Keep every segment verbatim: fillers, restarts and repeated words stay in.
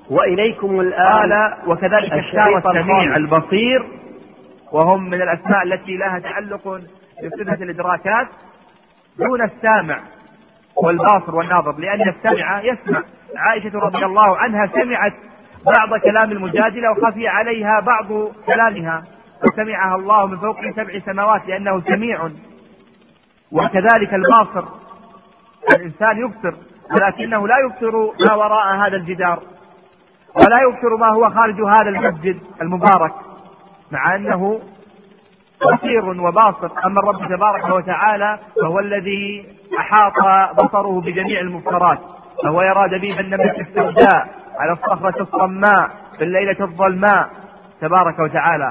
وإليكم الآن. وكذلك الشارع السميع البصير، وهم من الأسماء التي لها تعلق بصفة الإدراكات دون السامع والباصر والناظر، لأن السامع يسمع. عائشة رضي الله عنها سمعت بعض كلام المجادلة وخفي عليها بعض كلامها، فسمعها الله من فوق سبع سماوات لأنه سميع. وكذلك الباصر، الإنسان يبصر ولكنه لا يبصر ما وراء هذا الجدار، ولا يبصر ما هو خارج هذا المسجد المبارك، مع أنه بصير وباصر. أما الرب تبارك وتعالى فهو الذي أحاط بصره بجميع المبصرات، فهو يرى دبيب النملة السوداء على الصخرة الصماء في الليلة الظلماء تبارك وتعالى.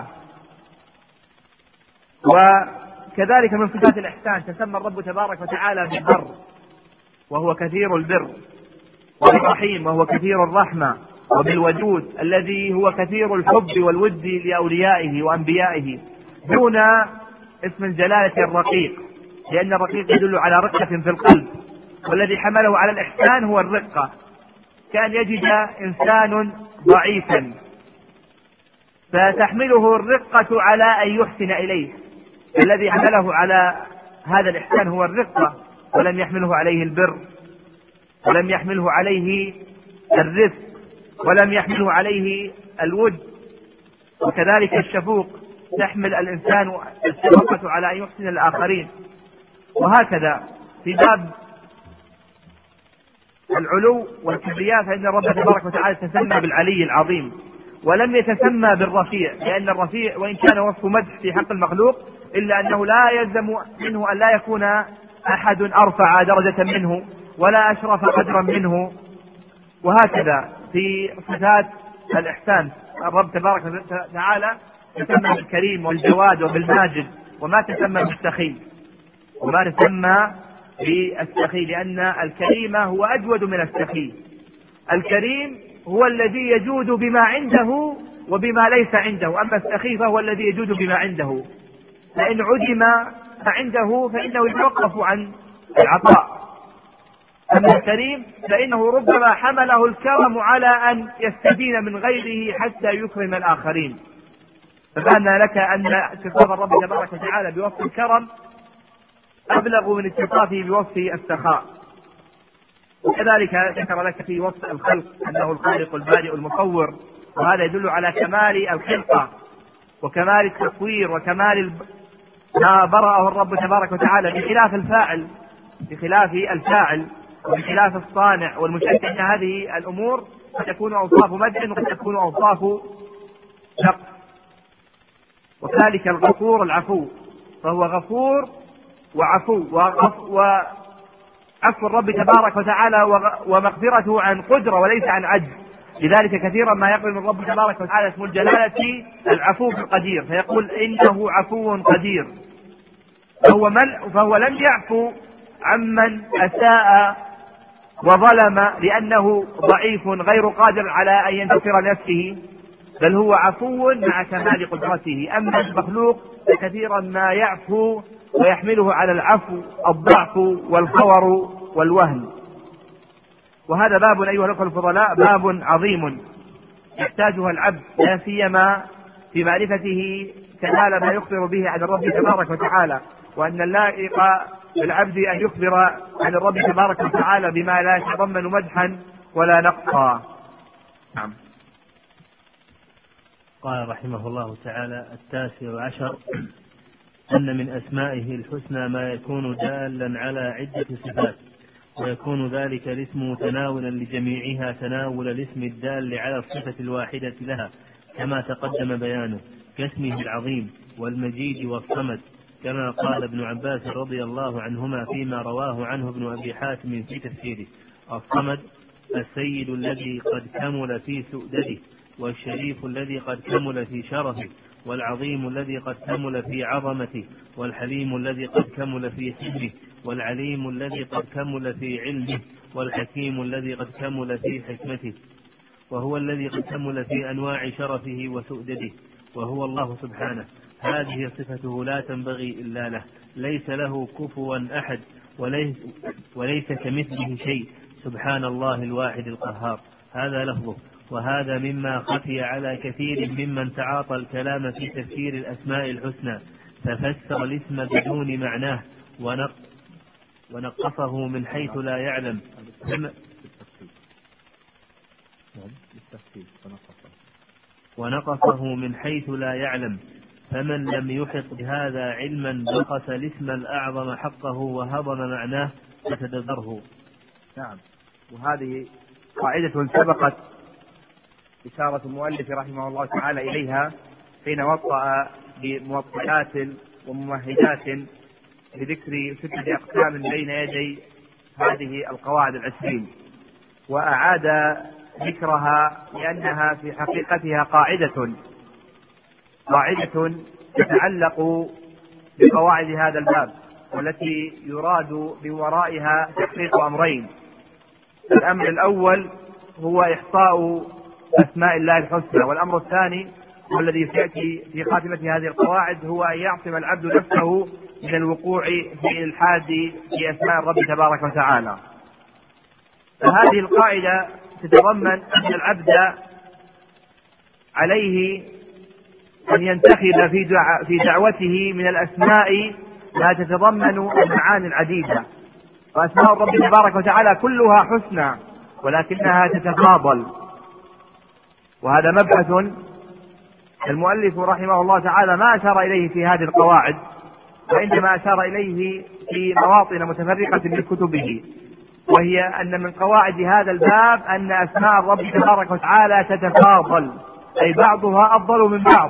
وكذلك من صفات الإحسان تسمى الرب تبارك وتعالى بالبر، وهو كثير البر، والرحيم وهو كثير الرحمة، وبالودود الذي هو كثير الحب والود لأوليائه وأنبيائه، دون اسم الجلالة الرقيق، لأن الرقيق يدل على رقة في القلب، والذي حمله على الإحسان هو الرقة. كان يجد إنسان ضعيفا فتحمله الرقة على أن يحسن إليه، الذي حمله على هذا الإحسان هو الرقة، ولم يحمله عليه البر، ولم يحمله عليه الرفق، ولم يحمله عليه الود. وكذلك الشفوق تحمل الإنسان الشفقة على أن يحسن الآخرين. وهكذا في باب العلو والكبرياء فإن الرب تبارك وتعالى تسمى بالعلي العظيم، ولم يتسمى بالرفيع، لأن الرفيع وإن كان وصف مدح في حق المخلوق إلا أنه لا يلزم منه أن لا يكون أحد أرفع درجة منه ولا أشرف قدرا منه. وهكذا في صفات الإحسان الرب تبارك وتعالى تسمى بالكريم والجواد وبالماجد، وما تسمى بالسخي، وما تسمى بالسخي، لأن الكريم هو أجود من السخي. الكريم هو الذي يجود بما عنده وبما ليس عنده، أما السخي فهو الذي يجود بما عنده، فإن عدم ما عنده فإنه يتوقف عن العطاء. أما الكريم فإنه ربما حمله الكرم على أن يستدين من غيره حتى يكرم الآخرين. فبان لك أن اتصاف الرب تبارك وتعالى بوصف الكرم أبلغ من اتصافه بوصف السخاء. وكذلك ذكر لك في وصف الخلق أنه الخالق البارئ المصور، وهذا يدل على كمال الخلقة وكمال التصوير وكمال ما برأه الرب تبارك وتعالى، بخلاف الفاعل بخلاف الفاعل وبخلاف الصانع والمشكل. أن هذه الأمور قد تكون أوصاف مدح وقد تكون أوصاف نقص. وكذلك الغفور العفو، فهو غفور وعفو، وعفو الرب تبارك وتعالى ومغفرته عن قدرة وليس عن عجز. لذلك كثيرا ما يقول الرب تبارك وتعالى اسم الجلالة العفو القدير، فيقول إنه عفو قدير، فهو, من فهو لم يعفو عمن أساء وظلم لأنه ضعيف غير قادر على أن ينتصر نفسه، بل هو عفو مع كمال قدرته. أما المخلوق فكثيرا ما يعفو ويحمله على العفو الضعف والخور والوهن. وهذا باب أيها الأخوة الفضلاء باب عظيم يحتاجها العبد، لا سيما في معرفته كمال ما يخبر به عن الرب تبارك وتعالى، وأن اللائق بالعبد أن يخبر عن الرب تبارك وتعالى بما لا يتضمن مدحا ولا نقصا. نعم. قال رحمه الله تعالى: التاسع عشر أن من أسمائه الحسنى ما يكون دالا على عدة صفات، ويكون ذلك الاسم متناولا لجميعها تناول الاسم الدال على الصفة الواحدة لها كما تقدم بيانه، كاسمه العظيم والمجيد والصمد، كما قال ابن عباس رضي الله عنهما فيما رواه عنه ابن أبي حاتم في تفسيره: الصمد السيد الذي قد كمل في سؤدده، والشريف الذي قد كمل في شرفه، والعظيم الذي قد كمل في عظمته، والحليم الذي قد كمل في حلمه، والعليم الذي قد كمل في علمه، والحكيم الذي قد كمل في حكمته، وهو الذي قد كمل في أنواع شرفه وسؤدده، وهو الله سبحانه. هذه صفته لا تنبغي إلا له، ليس له كفوا أحد، وليس, وليس كمثله شيء، سبحان الله الواحد القهار. هذا لفظه. وهذا مما خفي على كثير ممن تعاطى الكلام في تفسير الأسماء الحسنى، ففسر الاسم بدون معناه ونق ونقصه من حيث لا يعلم. ونقصه من حيث لا يعلم فمن لم يحط بهذا علما نقص الاسم الأعظم حقه وهضم معناه فتدبره. نعم. وهذه قاعدة سبقت إشارة المؤلف رحمه الله تعالى إليها حين وطأ بموطئات وممهدات لذكر ستة أقسام بين يدي هذه القواعد العشرين، وأعاد ذكرها لأنها في حقيقتها قاعدة قاعدة تتعلق بقواعد هذا الباب، والتي يراد من ورائها تحقيق أمرين. الأمر الأول هو إحصاء أسماء الله الحسنى، والأمر الثاني والذي سيأتي في خاتمة هذه القواعد هو أن يعصم العبد نفسه من الوقوع في الإلحاد في أسماء الرب تبارك وتعالى. فهذه القاعدة تتضمن أن العبد عليه أن ينتخب في في دعوته من الأسماء ما تتضمن المعاني العديدة، وأسماء الرب تبارك وتعالى كلها حسنى ولكنها تتفاضل، وهذا مبحث المؤلف رحمه الله تعالى ما أشار إليه في هذه القواعد، وإنما أشار إليه في مواطن متفرقة من كتبه، وهي أن من قواعد هذا الباب أن أسماء الرب تبارك وتعالى تتفاضل، أي بعضها أفضل من بعض،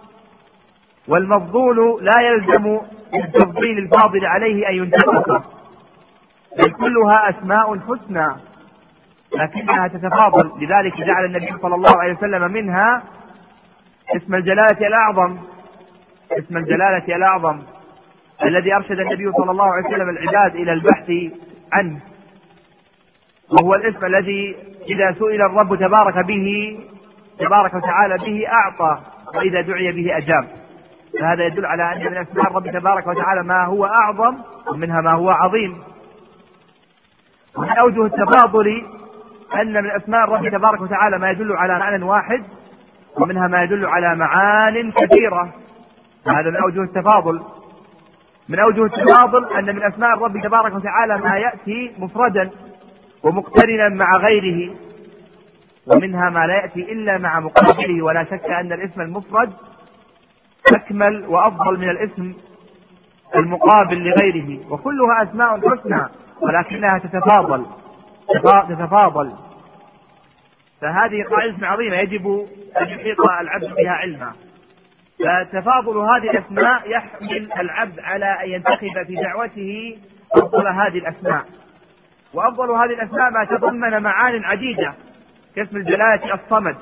والمفضول لا يلزم من تفضيل الفاضل عليه أن ينتقص، بل كلها أسماء حسنى لكنها تتفاضل. لذلك جعل النبي صلى الله عليه وسلم منها اسم الجلالة الأعظم، اسم الجلالة الأعظم الذي أرشد النبي صلى الله عليه وسلم العباد إلى البحث عنه، وهو الاسم الذي إذا سئل الرب تبارك به تبارك وتعالى به أعطى، وإذا دعي به أجاب. فهذا يدل على أن من أسماء الرب تبارك وتعالى ما هو أعظم ومنها ما هو عظيم. ومن أوجه التفاضل أن من أسماء الرب تبارك وتعالى ما يدل على معنى واحد، ومنها ما يدل على معان كثيرة، وهذا من أوجه التفاضل. من أوجه التفاضل أن من أسماء الرب تبارك وتعالى ما يأتي مفردا ومقترنا مع غيره، ومنها ما لا يأتي إلا مع مقابله، ولا شك أن الاسم المفرد أكمل وأفضل من الاسم المقابل لغيره، وكلها أسماء حسنى ولكنها تتفاضل تتفاضل فهذه قاعدة عظيمة يجب أن يحيط العبد بها علما. فتفاضل هذه الأسماء يحمل العبد على أن ينتخب في دعوته أفضل هذه الأسماء، وأفضل هذه الأسماء ما تضمن معان عديدة كاسم الجلالة الصمد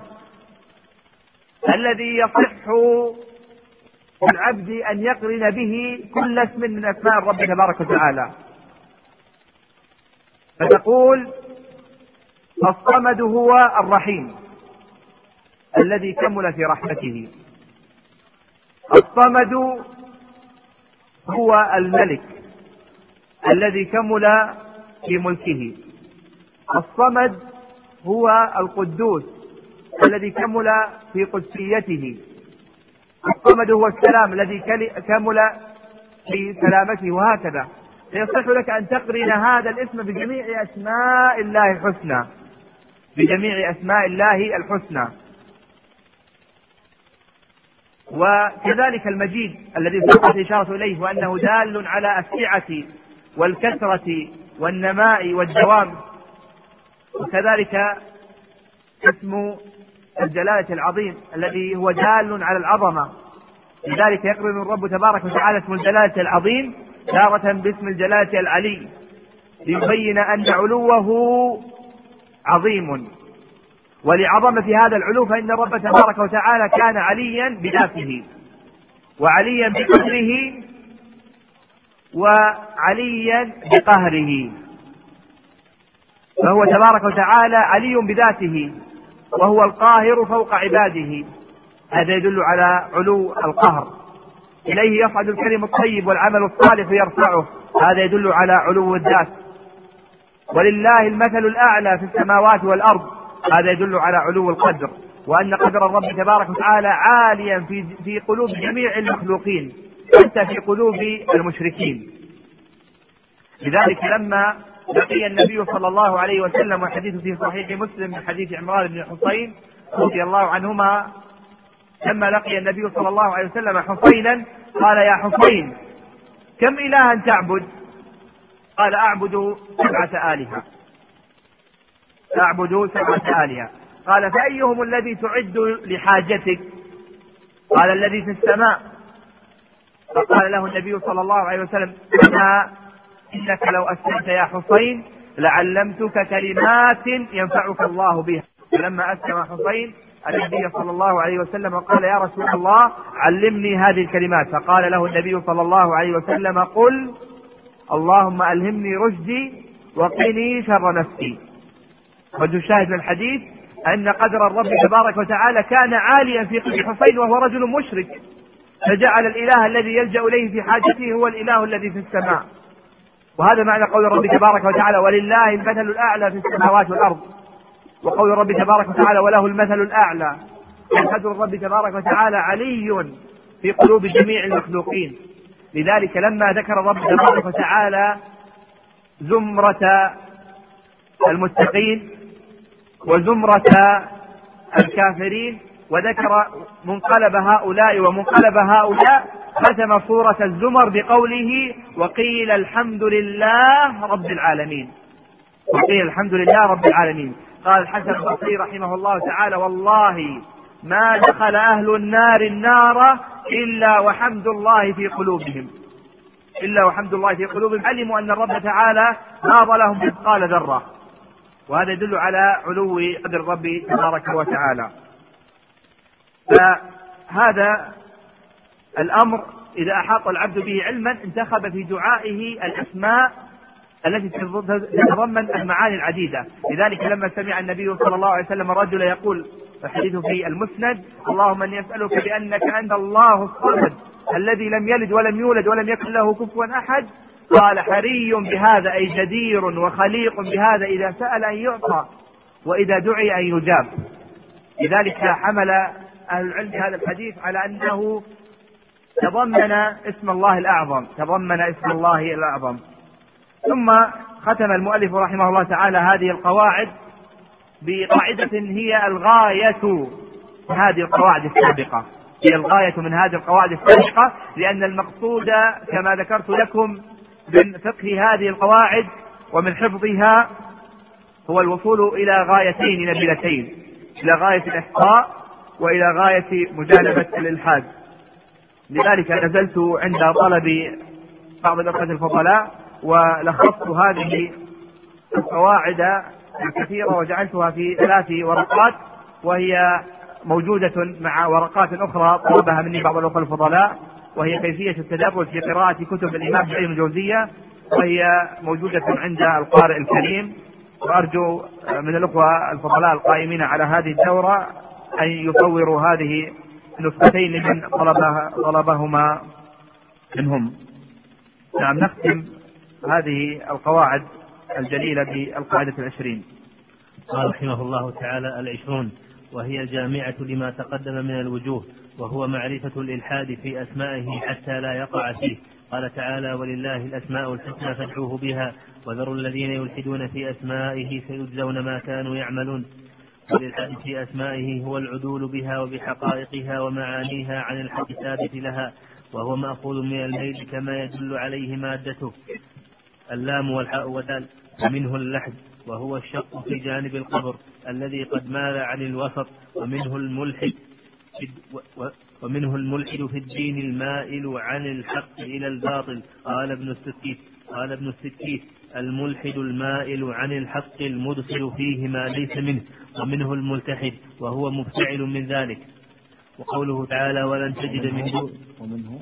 الذي يصح للعبد أن يقرن به كل اسم من أسماء الرب تبارك وتعالى، فتقول الصمد هو الرحيم الذي كمل في رحمته، الصمد هو الملك الذي كمل في ملكه، الصمد هو القدوس الذي كمل في قدسيته، الصمد هو السلام الذي كمل في سلامته، وهكذا. فيصح لك أن تقرن هذا الاسم بجميع أسماء الله الحسنى بجميع أسماء الله الحسنى. وكذلك المجيد الذي سبقت الإشارة إليه، وأنه دال على السعة والكثرة والنماء والدوام. وكذلك اسم الجلالة العظيم الذي هو دال على العظمة، لذلك يقرن الرب تبارك وتعالى اسم الجلالة العظيم تارة باسم الجلالة العلي ليبين أن علوه عظيم، ولعظمة هذا العلو فإن الرب تبارك وتعالى كان عليا بذاته وعليا بقدره وعليا بقهره، فهو تبارك وتعالى علي بذاته وهو القاهر فوق عباده. هذا يدل على علو القهر. إليه يصعد الكلم الطيب والعمل الصالح يرفعه، هذا يدل على علو الذات. ولله المثل الأعلى في السماوات والأرض، هذا يدل على علو القدر، وأن قدر الرب تبارك وتعالى عاليا في في قلوب جميع المخلوقين حتى في قلوب المشركين. لذلك لما لقي النبي صلى الله عليه وسلم، والحديث في صحيح مسلم من حديث عمران بن حصين رضي الله عنهما، لما لقي النبي صلى الله عليه وسلم حصينا قال: يا حصين كم إلها تعبد؟ قال: أعبد سبعة آلهة أعبد سبعة آلهة. قال: فأيهم الذي تعد لحاجتك؟ قال: الذي في السماء. فقال له النبي صلى الله عليه وسلم: أنا إنك لو أسلمت يا حصين لعلمتك كلمات ينفعك الله بها. فلما أسلم حصين النبي صلى الله عليه وسلم قال: يا رسول الله علمني هذه الكلمات. فقال له النبي صلى الله عليه وسلم: قل اللهم ألهمني رشدي وقني شر نفسي. وجه الشاهد من الحديث أن قدر الرب تبارك وتعالى كان عاليا في قلب حصين وهو رجل مشرك، فجعل الإله الذي يلجأ إليه في حاجته هو الإله الذي في السماء. وهذا معنى قول الرب تبارك وتعالى: ولله المثل الأعلى في السماوات والأرض. وقول الرب تبارك وتعالى: وله المثل الأعلى. قدر الرب تبارك وتعالى علي في قلوب جميع المخلوقين. لذلك لما ذكر الرب تبارك وتعالى زمرة المتقين وزمرة الكافرين وذكر منقلب هؤلاء ومنقلب هؤلاء، ختم سورة الزمر بقوله: وقيل الحمد لله رب العالمين. وقيل الحمد لله رب العالمين. قال الحسن البصري رحمه الله تعالى: والله ما دخل أهل النار النار إلا وحمد الله في قلوبهم إلا وحمد الله في قلوبهم علموا أن الرب تعالى غاب لهم مثقال ذرة. وهذا يدل على علو قدر الرب تبارك وتعالى. فهذا الأمر إذا أحاط العبد به علما انتخب في دعائه الأسماء التي تتضمن المعاني العديدة. لذلك لما سمع النبي صلى الله عليه وسلم الرجل يقول الحديث في المسند: اللهم اني اسالك بانك انت الله الصمد الذي لم يلد ولم يولد ولم يكن له كفوا احد، قال: حري بهذا أي جدير وخليق بهذا إذا سأل أن يعطى وإذا دعي أن يجاب. لذلك حمل أهل العلم هذا الحديث على أنه تضمن اسم الله الأعظم تضمن اسم الله الأعظم. ثم ختم المؤلف رحمه الله تعالى هذه القواعد بقاعدة هي الغاية من هذه القواعد السابقة هي الغاية من هذه القواعد السابقة لأن المقصود كما ذكرت لكم من فقه هذه القواعد ومن حفظها هو الوصول إلى غايتين نبيلتين: إلى غاية الإحصاء وإلى غاية مجانبة الإلحاد. لذلك نزلت عند طلب بعض الأخوة الفضلاء ولخصت هذه القواعد الكثيرة وجعلتها في ثلاث ورقات، وهي موجودة مع ورقات أخرى طلبها مني بعض الأخوة الفضلاء، وهي كيفية التدرج في قراءة كتب الإمام ابن قيم الجوزية، وهي موجودة عند القارئ الكريم. وأرجو من الأخوة الفضلاء القائمين على هذه الدورة أن يطوروا هذه النسختين من طلبها طلبهما منهم. نعم، نختم هذه القواعد الجليلة بالقاعدة العشرين. قال رحمه الله تعالى: العشرون، وهي الجامعة لما تقدم من الوجوه، وهو معرفة الإلحاد في أسمائه حتى لا يقع فيه. قال تعالى: ولله الأسماء الحسنى فادعوه بها وذروا الذين يلحدون في أسمائه سيجزون ما كانوا يعملون. والإلحاد في أسمائه هو العدول بها وبحقائقها ومعانيها عن الحق الثابت لها، وهو مأخوذ من الميل كما يدل عليه مادته اللام والحاء والدال، ومنه اللحد وهو الشق في جانب القبر الذي قد مال عن الوسط، ومنه الملحد ومنه الملحد في الدين المائل عن الحق إلى الباطل. قال ابن السكيت قال ابن السكيت الملحد المائل عن الحق المدخل فيه ما ليس منه، ومنه الملتحد وهو مفتعل من ذلك. وقوله تعالى: ولن تجد من دون ومنه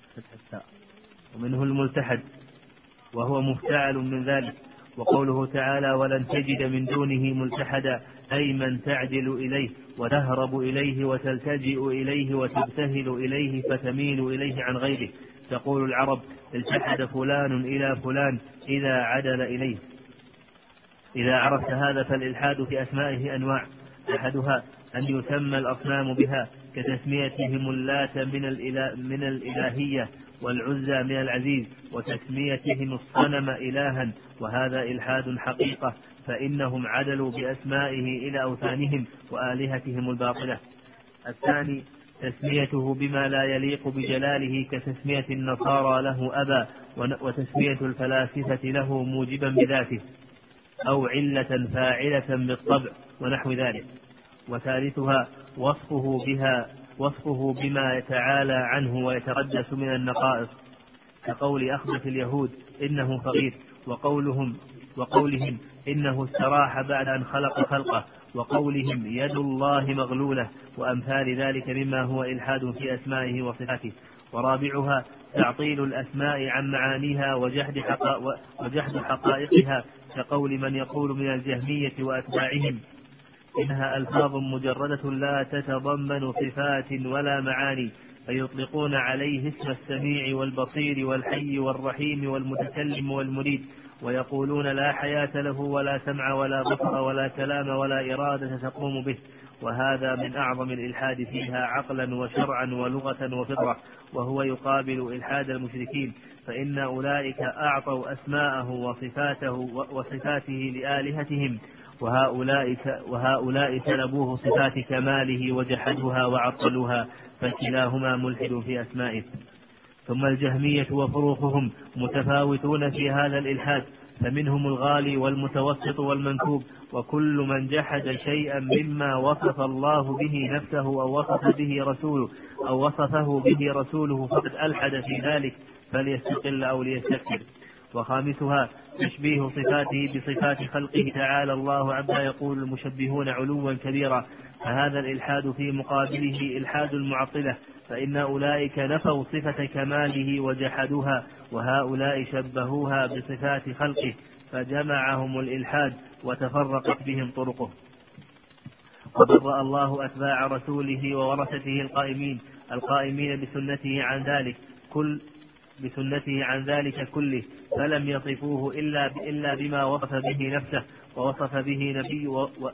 ومنه الملتحد وهو مفتعل من ذلك. وقوله تعالى: ولن تجد من دونه ملتحدا، أي من تعدل إليه وتهرب إليه وتلتجئ إليه وتبتهل إليه فتميل إليه عن غيره. تقول العرب: التحد فلان إلى فلان إذا عدل إليه. إذا عرفت هذا فالإلحاد في أسمائه أنواع: أحدها أن يسمى الأصنام بها كتسميتهم اللات من, الإله من الإلهية والعزى من العزيز، وتسميتهم الصنم إلها، وهذا إلحاد حقيقة، فإنهم عدلوا بأسمائه إلى أوثانهم وآلهتهم الباطلة. الثاني تسميته بما لا يليق بجلاله كتسمية النصارى له أبا، وتسمية الفلاسفة له موجبا بذاته أو علة فاعلة بالطبع ونحو ذلك. وثالثها وصفه بها وصفه بما يتعالى عنه ويتقدس من النقائص، كقول أخبث اليهود إنه فقير، وقولهم وقولهم إنه استراح بعد أن خلق خلقه، وقولهم يد الله مغلولة، وأمثال ذلك مما هو إلحاد في أسمائه وصفاته. ورابعها تعطيل الأسماء عن معانيها وجحد, حقا وجحد حقائقها، كقول من يقول من الجهمية وأتباعهم إنها ألفاظ مجردة لا تتضمن صفات ولا معاني، فيطلقون عليه اسم السميع والبصير والحي والرحيم والمتكلم والمريد، ويقولون لا حياة له ولا سمع ولا بصر ولا كلام ولا إرادة تقوم به. وهذا من أعظم الإلحاد فيها عقلا وشرعا ولغة وفطرة، وهو يقابل إلحاد المشركين، فإن أولئك أعطوا أسماءه وصفاته وصفاته لآلهتهم، وهؤلاء, وهؤلاء سلبوه صفات كماله وجحدوها وعطلوها، فكلاهما ملحد في أسمائه. ثم الجهمية وفروقهم متفاوتون في هذا الإلحاد، فمنهم الغالي والمتوسط والمنكوب، وكل من جحد شيئا مما وصف الله به نفسه أو وصف به رسوله أو وصفه به رسوله فقد ألحد في ذلك، فليستقل أو ليستكبر. وخامسها تشبيه صفاته بصفات خلقه تعالى الله عما يقول المشبهون علوا كبيرا، فهذا الإلحاد في مقابله إلحاد المعطلة، فإن أولئك نفوا صفة كماله وجحدوها، وهؤلاء شبهوها بصفات خلقه، فجمعهم الإلحاد وتفرقت بهم طرقه. وبرأ الله أتباع رسوله وورثته القائمين القائمين بسنته عن ذلك كل بسنته عن ذلك كله، فلم يصفوه إلا إلا بما وصف به نفسه ووصف به نبي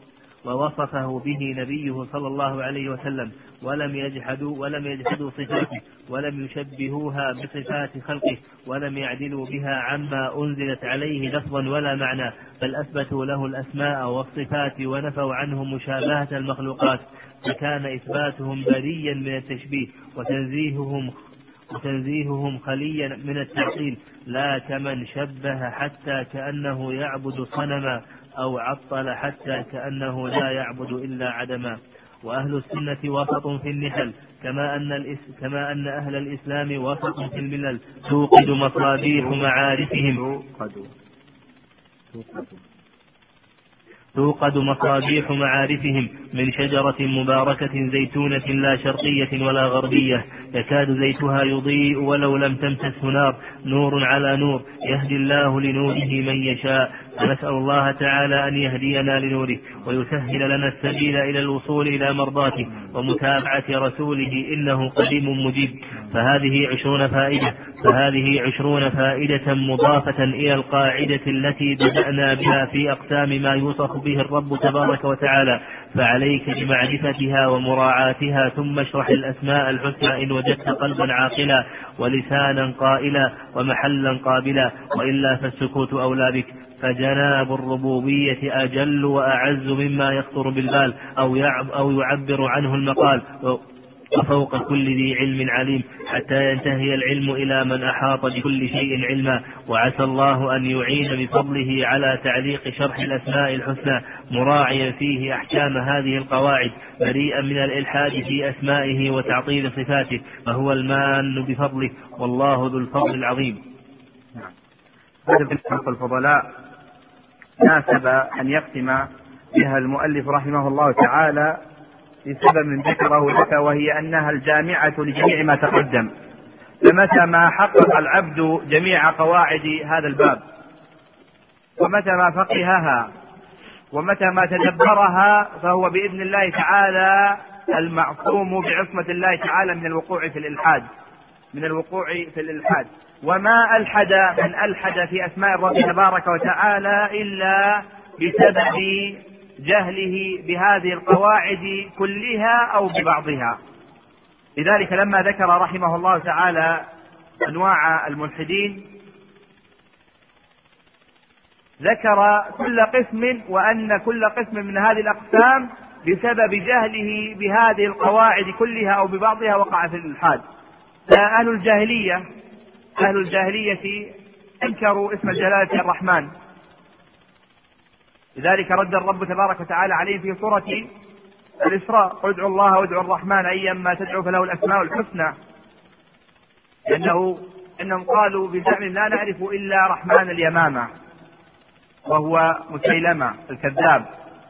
ووصفه به نبيه صلى الله عليه وسلم، ولم يجحدوا ولم يجحدوا صفاته، ولم يشبهوها بصفات خلقه، ولم يعدلوا بها عما أنزلت عليه لفظا ولا معنى، بل أثبتوا له الأسماء والصفات ونفوا عنه مشابهة المخلوقات، فكان إثباتهم بريا من التشبيه وتنزيههم وتنزيههم خليا من التعطيل، لا كمن شبه حتى كأنه يعبد صنما، أو عطل حتى كأنه لا يعبد إلا عدما. وأهل السنة وسط في النحل، كما أن, الإس... كما أن أهل الإسلام وسط في الملل، توقد مصابيح معارفهم توقد مصابيح معارفهم من شجرة مباركة زيتونة لا شرقية ولا غربية، يكاد زيتها يضيء ولو لم تمسسه نار، نور على نور، يهدي الله لنوره من يشاء. فنسأل الله تعالى أن يهدينا لنوره ويسهل لنا السبيل إلى الوصول إلى مرضاته ومتابعة رسوله، إنه قديم مجيب. فهذه عشرون فائدة فهذه عشرون فائدة مضافة إلى القاعدة التي بدأنا بها في أقسام ما يوصف به الرب تبارك وتعالى، فعليك بمعرفتها ومراعاتها، ثم اشرح الأسماء الحسنى إن وجدت قلبا عاقلا ولسانا قائلا ومحلا قابلا، وإلا فالسكوت أولى بك. فجناب الربوبية أجل وأعز مما يخطر بالبال أو أو يعبر عنه المقال، وفوق كل ذي علم عليم، حتى ينتهي العلم إلى من أحاط بكل شيء علما. وعسى الله أن يعين بفضله على تعليق شرح الأسماء الحسنى، مراعيا فيه أحكام هذه القواعد، بريئا من الإلحاد في أسمائه وتعطيل صفاته، فهو المان بفضله، والله ذو الفضل العظيم. هذا بالحق الفضلاء ناسب أن يختم بها المؤلف رحمه الله تعالى لسبب ذكره لك، وهي أنها الجامعة لجميع ما تقدم. فمتى ما حقق العبد جميع قواعد هذا الباب، ومتى ما فقهها، ومتى ما تدبرها، فهو بإذن الله تعالى المعصوم بعصمة الله تعالى من الوقوع في الإلحاد من الوقوع في الإلحاد وما ألحد من ألحد في أسماء الرب تبارك وتعالى إلا بسبب جهله بهذه القواعد كلها أو ببعضها. لذلك لما ذكر رحمه الله تعالى أنواع الملحدين ذكر كل قسم، وأن كل قسم من هذه الأقسام بسبب جهله بهذه القواعد كلها أو ببعضها وقع في الإلحاد. فأهل الجاهلية أهل الجاهلية أنكروا اسم جلالة الرحمن، لذلك رد الرب تبارك وتعالى عليه في سورة الإسراء: ادعوا الله وادعوا الرحمن أيما تدعوا فله الأسماء الحسنى، لأنه إنهم قالوا بزعمهم لا نعرف إلا رحمن اليمامة وهو مسيلمة الكذاب.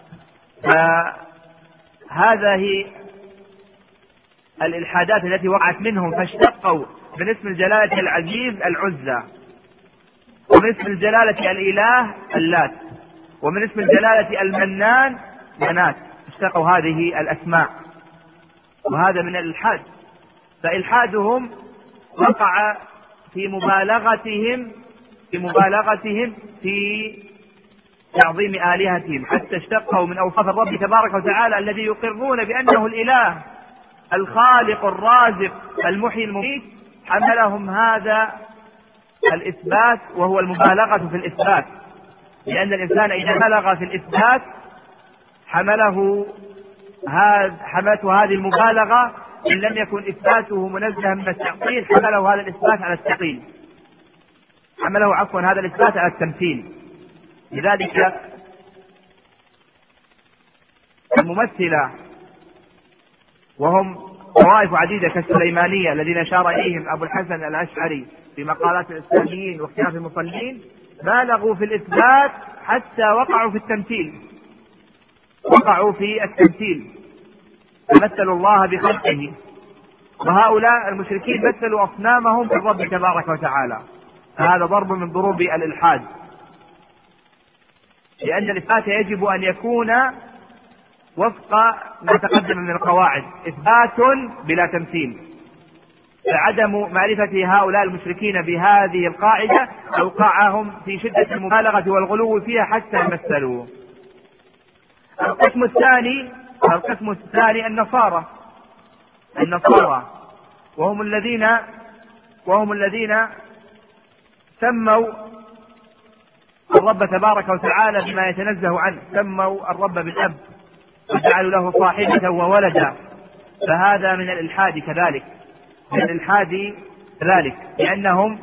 فهذه الإلحادات التي وقعت منهم، فاشتقوا من اسم الجلالة العزيز العزى، ومن اسم الجلالة الإله اللات، ومن اسم الجلالة المنان منات، اشتقوا هذه الأسماء، وهذا من الإلحاد. فإلحادهم وقع في مبالغتهم في مبالغتهم في تعظيم آلهتهم، حتى اشتقوا من أوصاف الرب تبارك وتعالى الذي يقرون بأنه الإله الخالق الرازق المحيي المميت، حملهم هذا الإثبات وهو المبالغة في الإثبات، لأن الإنسان إذا بلغ في الإثبات حمله حملته هذه المبالغة، إن لم يكن إثباته منزها من التعطيل حمله هذا الإثبات على التعطيل، حمله عفوا هذا الإثبات على التمثيل. لذلك الممثلة وهم طوائف عديدة كالسليمانية الذين أشار إليهم أبو الحسن الأشعري في مقالات الإسلاميين واختلاف المصلين، بالغوا في الإثبات حتى وقعوا في التمثيل وقعوا في التمثيل فمثلوا الله بخلقه. وهؤلاء المشركين مثلوا أصنامهم بالرب تبارك وتعالى، فهذا ضرب من ضروب الإلحاد، لأن الإثبات يجب أن يكون وفق ما تقدم من القواعد، إثبات بلا تمثيل. فعدم معرفة هؤلاء المشركين بهذه القاعدة أوقعهم في شدة المبالغة والغلو فيها حتى مثلوا. القسم الثاني القسم الثاني النصارى النصارى وهم الذين وهم الذين سموا الرب تبارك وتعالى بما يتنزه عنه، سموا الرب بالأب وجعلوا له صاحبة وولدا، فهذا من الإلحاد كذلك من الإلحاد كذلك لأنهم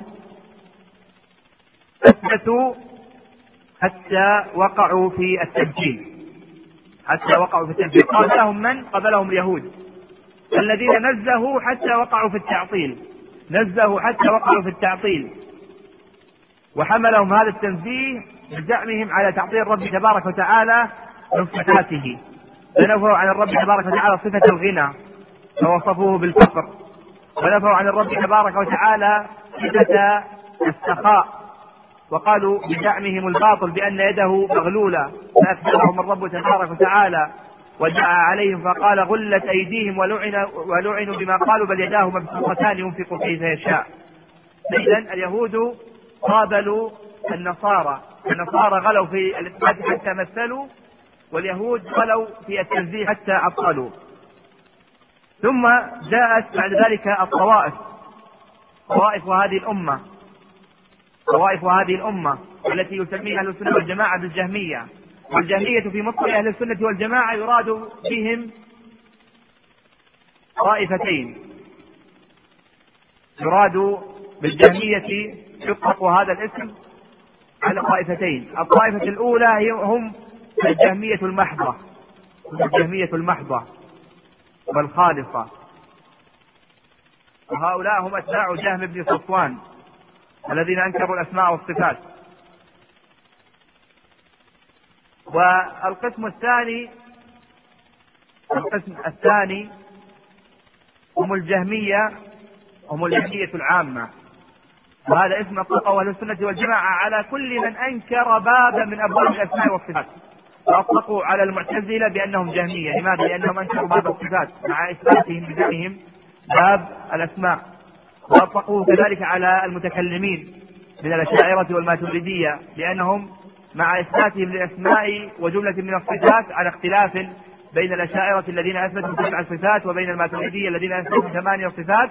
أثبتوا حتى وقعوا في التبجيل حتى وقعوا في التبجيل قابلهم من؟ قابلهم اليهود الذين نزهوا حتى وقعوا في التعطيل نزهوا حتى وقعوا في التعطيل وحملهم هذا التنزيه بزعمهم على تعطيل الرب تبارك وتعالى من صفاته، فنفوا عن الرب تبارك وتعالى صفة الغنى فوصفوه بالفقر، ونفوا عن الرب تبارك وتعالى صفة السخاء وقالوا بزعمهم الباطل بأن يده مغلولة، فأكذبهم الرب تبارك وتعالى ودعا عليهم فقال غلت أيديهم ولعنوا, ولعنوا بما قالوا بل يداه مبسوطتان ينفق كيف يشاء. إذن اليهود قابلوا النصارى النصارى غلوا في الإثبات حتى مثلوا، واليهود غلوا في التنزيه حتى عطلوا. ثم جاءت بعد ذلك الطوائف طوائف هذه الأمة طوائف هذه الأمة التي يسميها أهل السنة والجماعة بالجهمية، والجهمية في مصطلح أهل السنة والجماعة يراد بهم طائفتين، يراد بالجهمية يطلق هذا الاسم على طائفتين. الطائفة الأولى هم الجهمية المحضة الجهمية المحضة والخالصة، وهؤلاء هم أتباع جهم بن صفوان الذين أنكروا الأسماء والصفات. والقسم الثاني القسم الثاني هم الجهمية هم الجهمية العامة، وهذا اسم أطلقه أهل السنة والجماعة على كل من أنكر بابا من أبواب الأسماء والصفات، فأطلقوا على المعتزلة بأنهم جهمية. لماذا؟ لأنهم أنكروا باب الصفات مع إثباتهم بزعمهم باب الأسماء، وأطلقوه كذلك على المتكلمين من الأشاعرة والماتريدية لأنهم مع إثباتهم للأسماء وجملة من الصفات على اختلاف بين الأشاعرة الذين أثبتوا سبع صفات وبين الماتريدية الذين أثبتوا ثمانية صفات،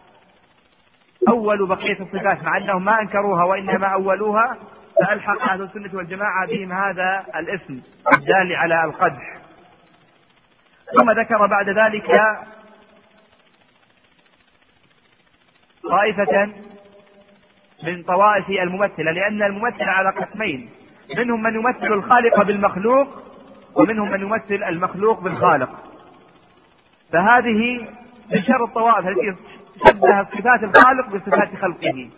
أول بقية الصفات مع أنهم ما أنكروها وإنما أولوها، فألحق أهل السنة والجماعة بهم هذا الاسم الدال على القدح. ثم ذكر بعد ذلك طائفة من طوائف الممثلة، لأن الممثل على قسمين، منهم من يمثل الخالق بالمخلوق ومنهم من يمثل المخلوق بالخالق. فهذه من شر الطوائف التي شبه صفات الخالق بصفات خلقه،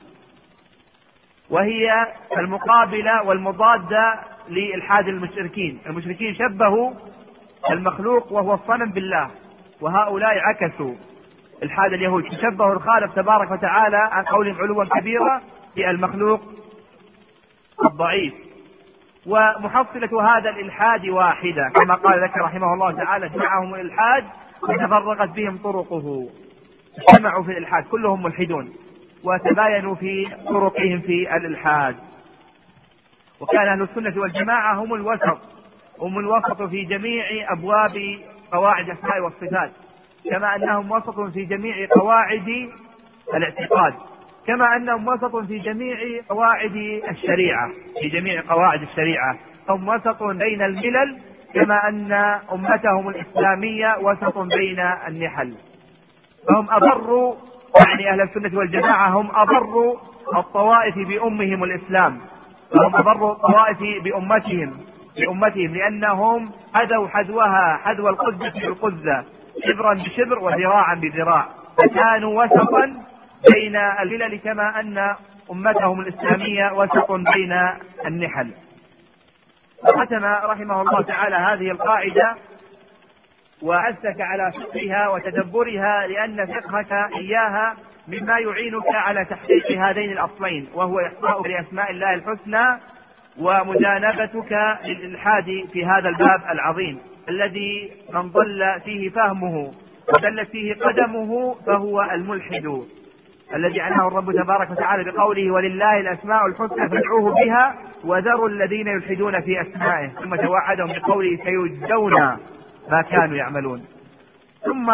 وهي المقابلة والمضادة لإلحاد المشركين. المشركين شبهوا المخلوق وهو الصنم بالله، وهؤلاء عكسوا إلحاد اليهود، شبهوا الخالق تبارك وتعالى عن قولهم علوا كبيرا في المخلوق الضعيف. ومحصلة هذا الإلحاد واحدة، كما قال ذكر رحمه الله تعالى: جمعهم الإلحاد وتفرقت بهم طرقه. اجتمعوا في الإلحاد، كلهم ملحدون وتباينوا في طرقهم في الإلحاد. وكان أهل السنة والجماعة هم الوسط، هم الوسط في جميع أبواب قواعد الأسماء والصفات، كما أنهم وسط في جميع قواعد الاعتقاد، كما أنهم وسط في جميع قواعد الشريعة، في جميع قواعد الشريعة هم وسط بين الملل، كما أن أمتهم الإسلامية وسط بين النحل. فهم أبروا، يعني أهل السنة والجماعة هم أبروا الطوائف بأمهم الإسلام، فهم أبروا الطوائف بأمتهم بأمتهم لأنهم حذوا حذوها حذو القزة بالقزة، شبرا بشبر وذراعا بذراع، فكانوا وسطا بين الملل، كما أن أمتهم الإسلامية وسط بين النحل. ختم رحمه الله تعالى هذه القاعدة وأسك على فقهها وتدبرها، لأن فقهك إياها مما يعينك على تحقيق هذين الأصلين، وهو إحصاء لأسماء الله الحسنى ومجانبتك للإلحاد في هذا الباب العظيم الذي من ضل فيه فهمه ودلت فيه قدمه فهو الملحد، الذي عناه الرب تبارك وتعالى بقوله: ولله الأسماء الحسنى فادعوه بها وذروا الذين يلحدون في أسمائه، ثم توعدهم بقوله: سيجزون ما كانوا يعملون. ثم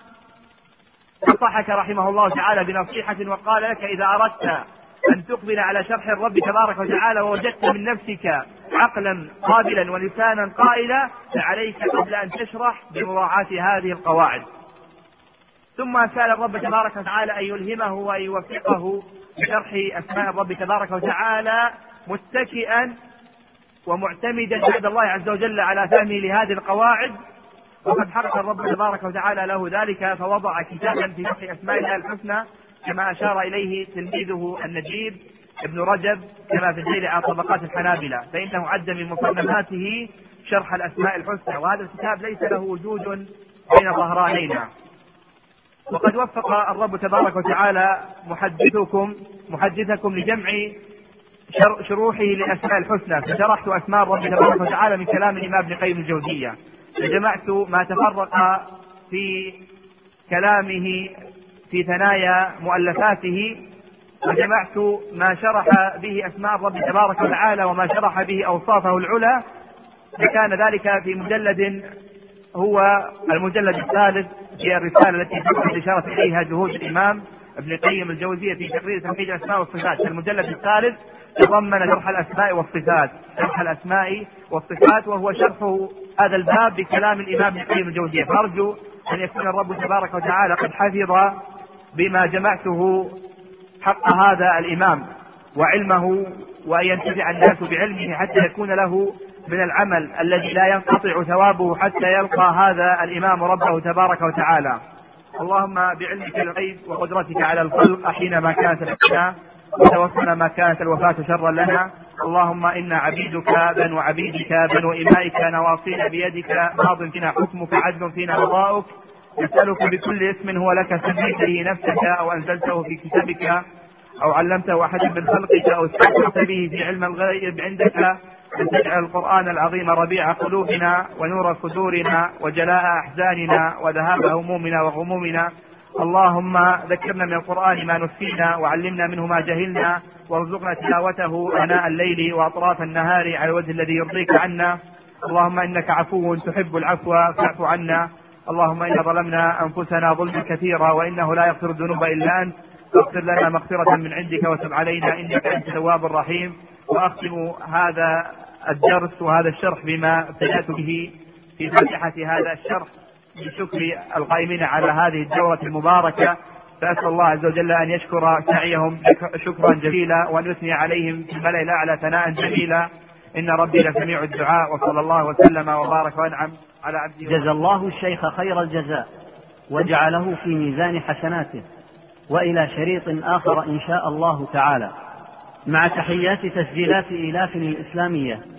نصحك رحمه الله تعالى بنصيحة وقال لك: إذا أردت أن تقبل على شرح الرب تبارك وتعالى ووجدت من نفسك عقلا قابلا ولسانا قائلا، فعليك قبل أن تشرح بمراعاة هذه القواعد. ثم سأل الرب تبارك وتعالى أن يلهمه وأن يوفقه بشرح أسماء الرب تبارك وتعالى متكئا ومعتمدا بعد الله عز وجل على فهمه لهذه القواعد، وقد حقق الرب تبارك وتعالى له ذلك، فوضع كتابا في شرح أسماء الله الحسنى كما أشار إليه تلميذه النجيب ابن رجب كما في الدليل على طبقات الحنابلة، فإنه عد من مصنفاته شرح الأسماء الحسنى، وهذا الكتاب ليس له وجود بين ظهرانينا. وقد وفق الرب تبارك وتعالى محدثكم محدثكم لجمع شروحه لأسماء الحسنى، فشرحت أسماء الرب تبارك وتعالى من كلام الإمام ابن قيم الجوزية، فجمعت ما تفرق في كلامه في ثنايا مؤلفاته، وجمعت ما شرح به أسماء الرب تبارك وتعالى وما شرح به أوصافه العلى، فكان ذلك في مجلد هو المجلد الثالث في الرسالة التي تمت الإشارة إليها جهود الإمام ابن قيم الجوزية في تقرير توحيد الأسماء والصفات. المجلد الثالث تضمن شرح الأسماء والصفات شرح الأسماء والصفات وهو شرح هذا الباب بكلام الإمام ابن قيم الجوزية، فأرجو أن يكون الرب تبارك وتعالى قد حفظ بما جمعته حق هذا الإمام وعلمه، وأن ينتفع الناس بعلمه حتى يكون له من العمل الذي لا ينقطع ثوابه حتى يلقى هذا الإمام ربه تبارك وتعالى. اللهم بعلمك الغيب وقدرتك على الخلق أحينا ما كانت الأحياء وتوفنا ما كانت الوفاة شرا لنا. اللهم إنا عبيدك بنو عبيدك بنو إمائك نواصينا بيدك ماض فينا حكمك عدل فينا قضاؤك، نسألك بكل اسم هو لك سميت به نفسك أو أنزلته في كتابك أو علمته أحدا من خلقك أو استأثرت به في علم الغيب عندك، أن تجعل القرآن العظيم ربيع قلوبنا ونور صدورنا وجلاء أحزاننا وذهاب همومنا وغمومنا، اللهم ذكرنا من القرآن ما نسينا وعلمنا منه ما جهلنا وارزقنا تلاوته آناء الليل وأطراف النهار على الوجه الذي يرضيك عنا. اللهم إنك عفو تحب العفو فاعف عنا. اللهم إنا ظلمنا أنفسنا ظلما كثيرا وإنه لا يغفر الذنوب إلا أنت فاغفر لنا مغفرة من عندك وتب علينا إنك أنت التواب الرحيم. وأختم هذا الدرس وهذا الشرح بما ابتدأت به في فاتحة هذا الشرح بشكر القائمين على هذه الدورة المباركة، فأسأل الله عز وجل أن يشكر سعيهم شكرا جزيلا وأن يثني عليهم في الملأ الأعلى ثناء جميلا، إن ربي لسميع الدعاء. وصلى الله وسلم وبارك وأنعم على عبده. جزا الله الشيخ خير الجزاء وجعله في ميزان حسناته، وإلى شريط آخر إن شاء الله تعالى، مع تحيات تسجيلات إيلاف الإسلامية